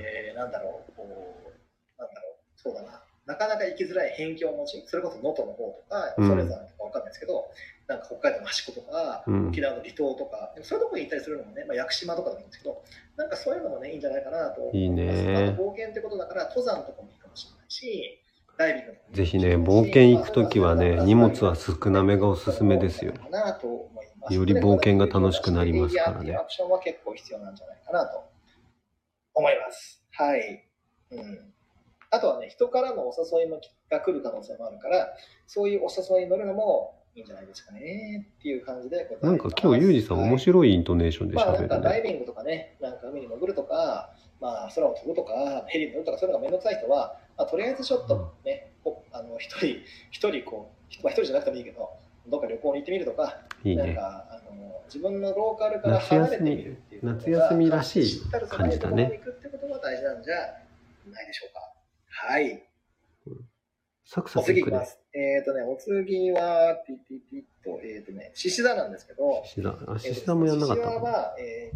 そうだな。なかなか行きづらい辺境の地、それこそ能登の方とか、恐山とかわかんないですけど、なんか北海道の端っことか、沖縄の離島とか、そういうところに行ったりするのもね、まあ、屋久島とかでもいいんですけど、なんかそういうのもね、いいんじゃないかなと思います。 いいね。 あと冒険ってことだから、登山とかもいいかもしれないし、ダイビングとかもぜひね、冒険行くときはね、荷物は少なめがおすすめですよ。より冒険が楽しくなりますからね。 アクションは結構必要なんじゃないかなと思います。はい。あとはね、人からのお誘いが来る可能性もあるから、そういうお誘いに乗るのもいいんじゃないですかねっていう感じで。 なんか今日ユージさん面白いイントネーションで喋るね。 なんかダイビングとかね、なんか海に潜るとか、まあ空を飛ぶとか、ヘリに乗るとか、そういうのがめんどくさい人は、まあ、とりあえずちょっとね、一人じゃなくてもいいけど、どっか旅行に行ってみるとか、 いいね、 なんか自分のローカルから離れてみるっていう夏休みらしい感じだね。 行くってことが大事なんじゃないでしょうか。はい。 サクサクいくね。 お次は、獅子座なんですけど、 獅子座もやんなかったの？ 獅子座は、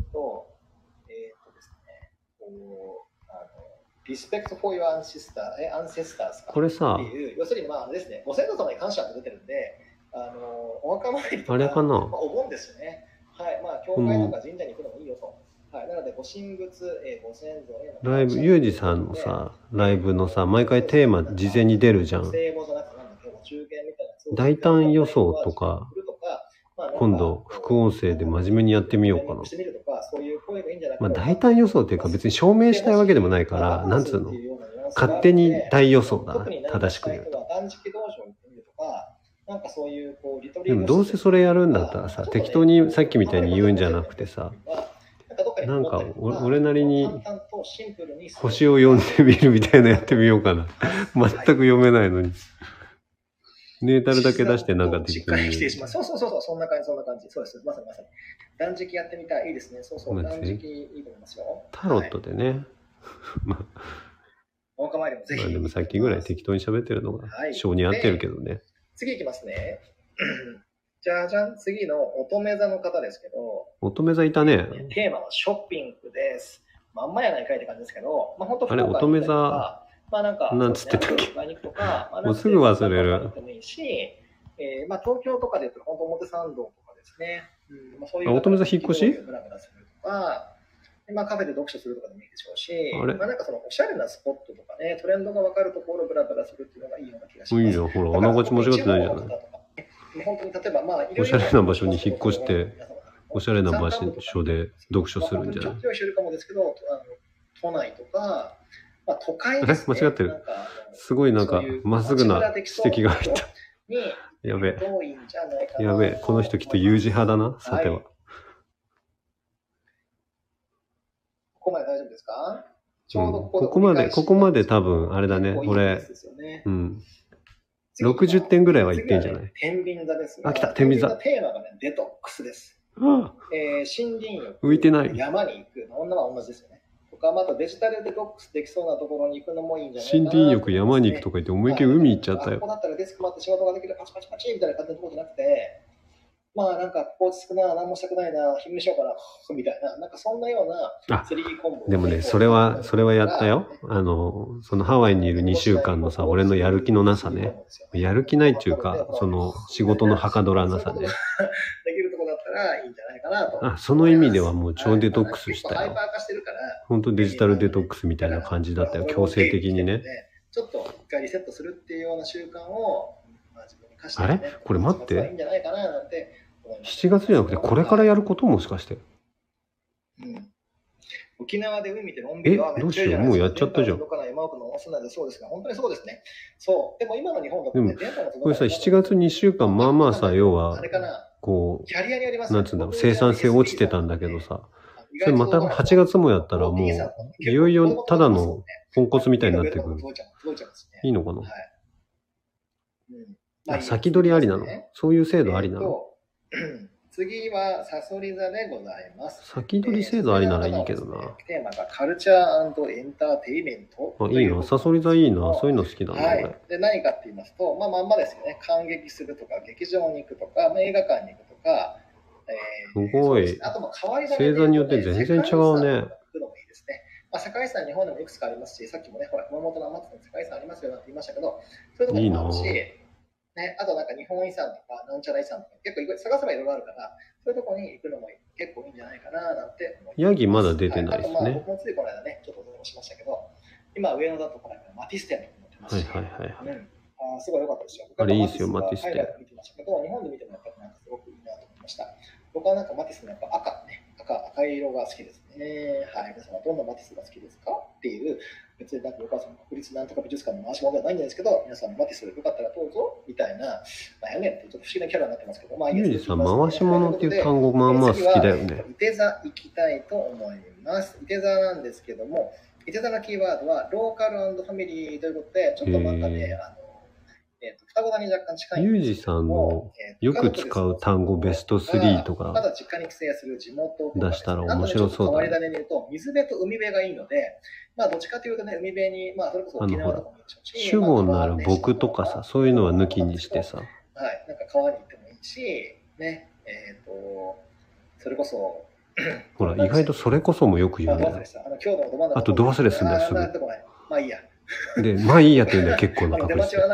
ですね、respect for your ancestors これさ、 っていう、要するにまあですね、ご先祖様に感謝って出てるんで、お墓参りとか、 あれかな？ お盆ですよね。はい、まあ、教会とか神社に行くのもいいよと。はい、なので、ご神仏、ご先祖へのライブ、ユージさんのさ、ライブのさ、毎回テーマ事前に出るじゃん。 大胆予想とか、今度副音声で真面目にやってみようかな。まあ大胆予想っていうか別に証明したいわけでもないから、なんつうの、勝手に大予想だな、正しく言うと。でもどうせそれやるんだったらさ、適当にさっきみたいに言うんじゃなくてさ、なんか俺なりに星を読んでみるみたいなやってみようかな。全く読めないのに。ネータルだけ出してなんか適当に。 否定します。そう、そんな感じ。そうです。まさに。断食やってみたい。いいですね。そう、断食いいと思いますよ。 タロットでね。まあでもさっきぐらい適当に喋ってるのが性に合ってるけどね。 次いきますね。じゃじゃん。次の乙女座の方ですけど。 乙女座いたね。 テーマはショッピングです。まんまやないかいって感じですけど、まあ本当あれ、乙女座、 まあなんか、 なんつってたっけ。もうすぐ忘れる。 まあ東京とかで言うと本当表参道とかですね。 まあ、そういう乙女座引っ越し？ まあカフェで読書するとかでもいいでしょうし、まあなんかそのおしゃれなスポットとかね、トレンドが分かるところをブラブラするっていうのがいいような気がします。 いいじゃん、ほら、あながち間違ってないじゃない。 本当に例えばまあおしゃれな場所に引っ越して、おしゃれな場所で読書するんじゃない。 都内とか、まあ、都会です、ね。間違ってる。すごいなんか、まっすぐな指摘が入った。やべえ。やべえ。この人きっと有事派だな、さては。 ここまで大丈夫ですか？ ここまで多分、あれだね。俺、60点ぐらいはいってんじゃない？ 天秤座ですね。 あ、来た、天秤座。 テーマがね、デトックスです。森林浴。 浮いてない。 山に行く。女は同じですよね。とか、またデジタルデトックスできそうなところに行くのもいいんじゃないかな。 森林浴、山に行くとか言って、思いっきり海行っちゃったよ。 ここだったらデスクもあって仕事ができる、パチパチパチみたいな感じのところじゃなくて、まあなんか落ち着くな、何もしたくないな、昼寝しようかな、みたいな、なんかそんなような 3コンボ。でもね、それはやったよ。そのハワイにいる2週間のさ、俺のやる気のなさね。やる気ないっていうか、その仕事のはかどらなさね。 できるとこだったらいいんじゃないかなと。 あ、その意味ではもう超デトックスしたよ。本当デジタルデトックスみたいな感じだったよ、強制的にね。 ちょっと一回リセットするっていうような習慣を、 あれこれ待って。7月じゃなくてこれからやることもしかして。 沖縄で海見てのんびりどうしよう、もうやっちゃったじゃん。 そうですね、本当にそうですね。そう。でも今の日本だとね、これさ、7月2週間、まあまあさ、要は、こう、なんつうんだろう、生産性落ちてたんだけどさ、それまた8月もやったらもう、いよいよただのポンコツみたいになってくる。いいのかな？先取りありなの？そういう制度ありなの？ 次はサソリ座でございます。 先取り制度ありならいいけどな。 テーマがカルチャー&エンターテイメント。 あ、いいな。サソリ座いいな。そういうの好きだな。 はい。で、何かって言いますと、まんまですよね。感激するとか、劇場に行くとか、映画館に行くとか、 すごい。 あと変わり種星座によって全然違うね。 世界遺産、日本でもいくつかありますし、さっきもね、ほら、熊本の天津の世界遺産ありますよなんて言いましたけど、そういうところもあるし、ね、あとなんか日本遺産とか、なんちゃら遺産とか、結構探せばいろいろあるから、そういうところに行くのも結構いいんじゃないかななんて思います。 ヤギまだ出てないですね。 僕もついこの間ね、ちょっとお邪魔しましたけど、今上野だところマティステに乗ってますし、すごい良かったですよ。 あれいいですよ、マティステ。 見てましたけど、日本で見てもやっぱりなんかすごくいいなと思いました。僕はなんかマティスのやっぱ赤い色が好きですね。はい。皆様どんなマティスが好きですかっていう、別になんか僕はその国立なんとか美術館の回し物ではないんですけど、皆さんマティスよかったらどうぞみたいな、やねんってちょっと不思議なキャラになってますけど、まあいいです。 ユージさん、回し物っていう単語まあまあ好きだよね。 いて座行きたいと思います。いて座なんですけども、いて座のキーワードはローカル&ファミリーということで、ちょっとなんかね、双子座に若干近いんですけど。ユージさんのよく使う単語ベスト3とか出したら面白そうだね。 変わり種に言うと、水辺と海辺がいいので、まあどっちかというとね、海辺に、まあそれこそ沖縄とかもいいでしょうし、 主語になる僕とかさ、そういうのは抜きにしてさ。 はい、なんか川に行ってもいいし、ね、それこそ、 ほら、意外とそれこそもよく言うんだよ。あと、ど忘れすんだよ、すぐ。 まあいいや。 で、まあいいやって言うんだよ、結構な確率。こ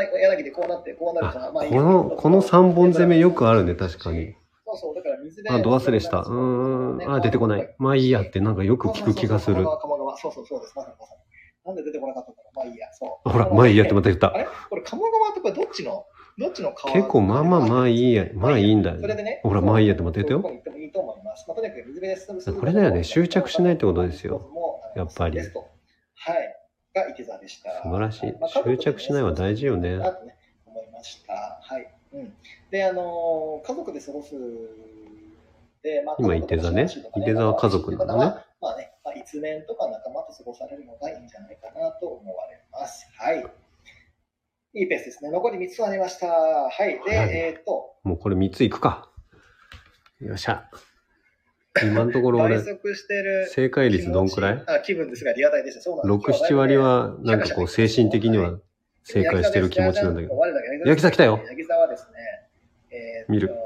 の3本攻めよくあるね、確かに。あ、ど忘れした。あ、出てこない。まあいいやってなんかよく聞く気がする。 そうです。なんで出てこなかったんだろう。まあいいや。 ほら、まあいいやってまた言った。 あれこれ、鴨川とかどっちのどっちの結構まあいいや、まあいいんだよ。 それでね、 ほら、まあいいやって待っててよ。 行ってもいいと思います。とにかく水辺で進む。 これだよね、執着しないってことですよ。やっぱり。 はい。がいて座でした。 素晴らしい。執着しないは大事よね。 思いました。はい。で、家族で過ごす。 今、いて座ね。いて座は家族なんだね。 一年とか仲間と過ごされるのがいいんじゃないかなと思われます。はい。いいペースですね。残り3つありました。はい。で、 もうこれ3ついくか。よっしゃ。今のところ俺、正解率どんくらい？ 気分ですが、リアタイでした。そうなんです。6、7割は、なんかこう、精神的には正解してる気持ちなんだけど。ヤギ座来たよ。 ヤギ座はですね、 見る。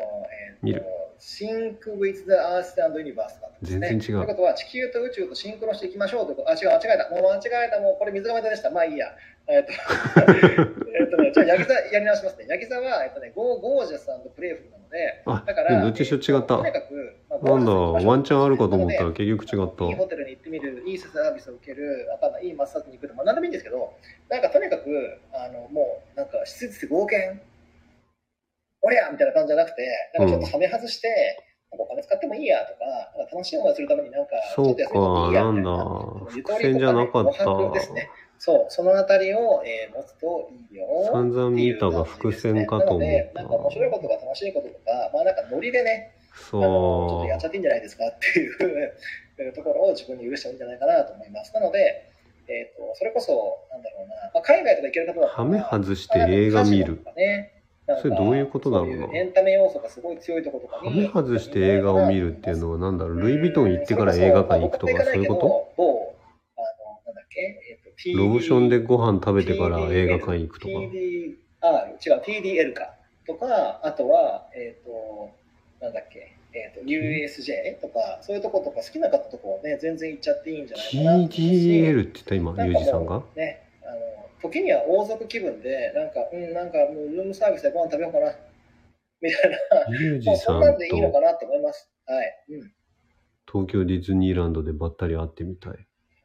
Sync with the Earth and Universe なんですね。 全然違う。 ということは、地球と宇宙とシンクロしていきましょうということ。間違えた。もうこれ水亀座でした。まあいいや。じゃあ、ヤギ座やり直しますね。ヤギ座は、ゴージャス&プレイフルなので、だから、 どっちしろ違った。なんだ、ワンチャンあるかと思ったら結局違った。 いいホテルに行ってみる、いいサービスを受ける、いいマッサージに行くとか、何でもいいんですけど、なんかとにかく、もう、なんか、質冒険おりゃみたいな感じじゃなくて、なんかちょっとはめ外して、お金使ってもいいやとか、楽しい思いするためになんか、 ちょっと休みもいいやみたいな。伏線じゃなかった。 ですね。そう、そのあたりを、持つといいよ。 散々見たが伏線かと思った。 なんか面白いことが楽しいこととか、なんかノリでね、ちょっとやっちゃっていいんじゃないですかっていうところを自分に許してもいいんじゃないかなと思います。なので、それこそ、なんだろうな、海外とか行ける方だったら、 はめ外して映画見る。それどういうことだろうな。 エンタメ要素がすごい強いところとかに。はめ外して映画を見るっていうのはなんだろう。ルイ・ヴィトン行ってから映画館行くとかそういうこと？ なんだっけ、 ローションでご飯食べてから映画館行くとか。 違う、TDL か。とか、あとは、なんだっけ、USJ とか、そういうとことか好きな方とこをね、全然行っちゃっていいんじゃないかなと思うし。 TDL って言った今、ユージさんがね、時には王族気分で、なんかもうルームサービスでご飯食べようかな、みたいな。 ユージさんと、 そんなんでいいのかなと思います。はい。 東京ディズニーランドでばったり会ってみたい。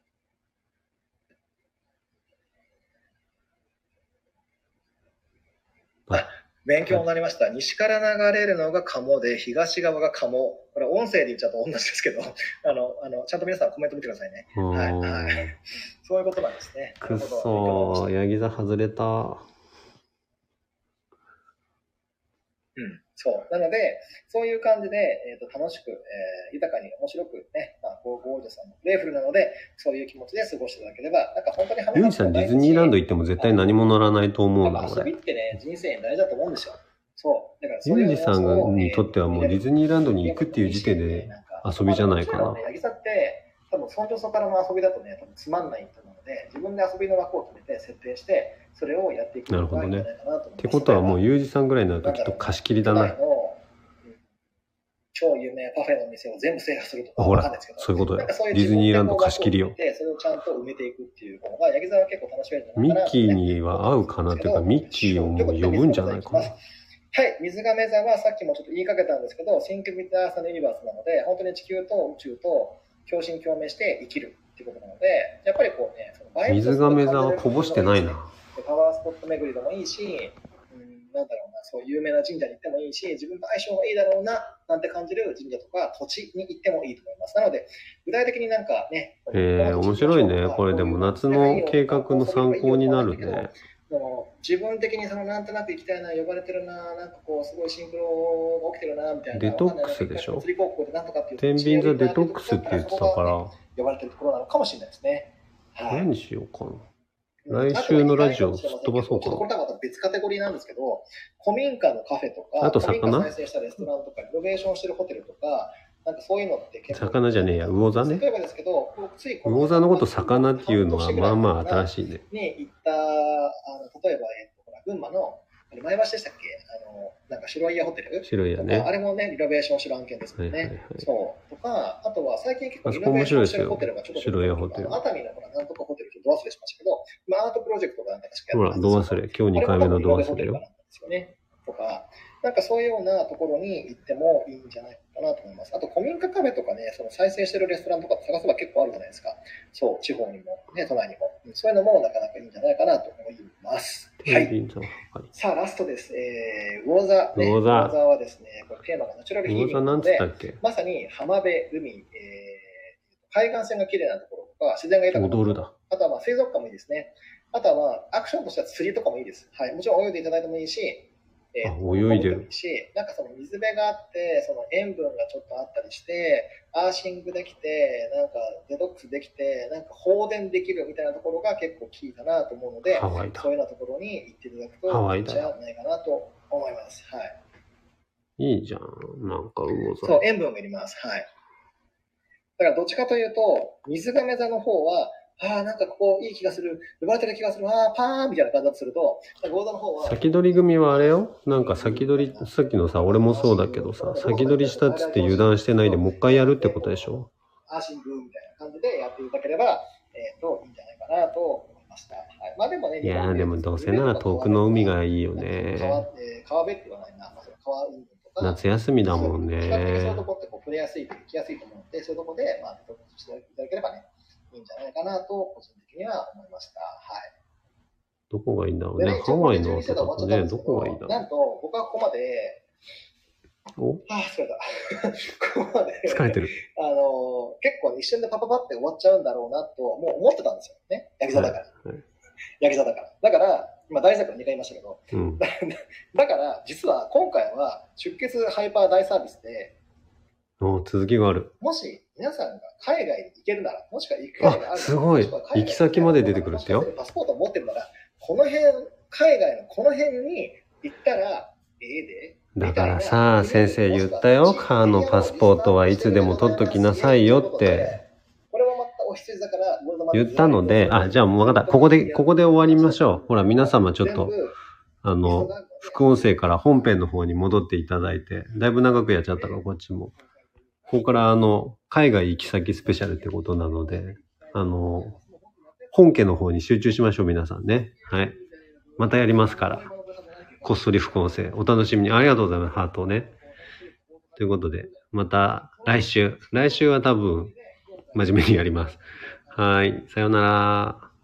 勉強になりました。西から流れるのが鴨で、東側が鴨。これ音声で言っちゃうと同じですけど、ちゃんと皆さんコメント見てくださいね。はい。そういうことなんですね。 くっそー、ヤギ座外れた。 そう。なので、そういう感じで、楽しく、豊かに面白くね、ゴージャスさんのプレイフルなので、そういう気持ちで過ごしていただければ、なんか本当にユージさん、ディズニーランド行っても絶対何も乗らないと思うな、 俺。遊びってね、人生に大事だと思うんですよ。そう。だからユージさんにとってはもうディズニーランドに行くっていう時点で遊びじゃないかな。 ヤギ座って、多分、そのそからの遊びだとね、多分つまんないと思うので、自分で遊びの枠を決めて設定して、それをやっていくのがいいんじゃないかなと思います。ってことはもうユージさんぐらいになるときっと貸し切りだな。 超有名パフェの店を全部制覇するとかほら、そういうことだよ。ディズニーランド貸し切りよ。 それをちゃんと埋めていくっていうのが、ヤギ座は結構楽しめるんじゃないかな。 ミッキーには合うかなというか、ミッキーをもう呼ぶんじゃないかな。 はい、水亀座はさっきもちょっと言いかけたんですけど、シンクビターサのユニバースなので、本当に地球と宇宙と共振共鳴して生きるっていうことなので、やっぱりこうね、 水亀座はこぼしてないな。 パワースポット巡りでもいいし、なんだろうな、そういう有名な神社に行ってもいいし、自分と相性がいいだろうな、なんて感じる神社とか土地に行ってもいいと思います。なので、具体的になんかね、 面白いね。これでも夏の計画の参考になるね。 自分的になんとなく行きたいな、呼ばれてるな、なんかこう、すごいシンクロが起きてるな、みたいな。 デトックスでしょ。天秤座デトックスって言ってたから。 呼ばれてるところなのかもしれないですね。 何しようかな。来週のラジオすっ飛ばそうかな。 これとはまた別カテゴリーなんですけど、古民家のカフェとか、 あと魚？ 古民家再生したレストランとか、リノベーションしてるホテルとか、なんかそういうのって結構。 魚じゃねえや、魚座ね。 例えばですけど、 魚座のこと魚っていうのはまあまあ新しいね。 に行った、例えば、群馬の前橋でしたっけ、なんか白い屋ホテル、 白い屋ね。 あれもね、リノベーションしてる案件ですよね。そうとか、あとは最近結構リノベーションしてるホテルがちょっと白い屋ホテル。 熱海のほらなんとかホテルちょっとド忘れしましたけど、アートプロジェクトがなんか確かほら、ド忘れ。今日2回目のド忘れよ。 とか、 なんかそういうようなところに行ってもいいんじゃないかなと思います。あと古民家カフェとかね、その再生してるレストランとか探せば結構あるじゃないですか。そう、地方にも、ね、都内にも。そういうのもなかなかいいんじゃないかなと思います。はい。さあ、ラストです。魚座、ね。魚座はですね、これテーマがナチュラルヒーリングなので、まさに浜辺、海、海岸線が綺麗なところとか、自然が豊かなところ。あとは水族館もいいですね。あとはアクションとしては釣りとかもいいです。はい。もちろん泳いでいただいてもいいし、泳いでるし、なんかその水辺があって、その塩分がちょっとあったりして、アーシングできて、なんかデトックスできて、なんか放電できるみたいなところが結構キーかなと思うので、そういうようなところに行っていただくといいんじゃないかなと思います。はい。 いいじゃん。なんか魚座。 そう、塩分がいります。はい。だからどっちかというと、水亀座の方は、なんかここいい気がする、呼ばれてる気がする、パーンみたいな感じだとすると、魚座の方は。 先取り組はあれよ、なんか先取り、さっきのさ、俺もそうだけどさ、先取りしたっつって油断してないでもう一回やるってことでしょ。 アーシングみたいな感じでやっていただければ、いいんじゃないかなと思いました。はい、まあでもね、 いやでもどうせなら遠くの海がいいよね。 川辺って言わないな、川運動とか。 夏休みだもんね。 比較的そういうとこってこう触れやすい、行きやすいと思うので、そういうとこで、まあ、登録していただければね、いいんじゃないかなと、個人的には思いました。はい。 どこがいいんだろうね。ハワイの後だとね、どこがいいんだろう。 なんと、僕はここまで、疲れた。ここまで。 疲れてる。 結構、一瞬でパパパって終わっちゃうんだろうなと、もう思ってたんですよね。ヤギ座だから。ヤギ座だから。だから、今大作2回言いましたけど、だから実は今回は出血ハイパー大サービスで、 続きがある。 もし皆さんが海外に行けるなら、もしくは行く機会があるすごい。行き先まで出てくるってよ。 パスポートを持ってるなら、この辺、海外のこの辺に行ったら、で。 だからさ、先生言ったよ。カーのパスポートはいつでも取っときなさいよって。言ったので、じゃあもう分かった。ここで終わりましょう。ほら、皆様ちょっと、副音声から本編の方に戻っていただいて、だいぶ長くやっちゃったから、こっちも。ここから海外行き先スペシャルってことなので、本家の方に集中しましょう、皆さんね。はい。またやりますから。こっそり副音声、お楽しみに。ありがとうございます、ハートをね。ということで、また来週は多分、真面目にやります。はい。さようなら。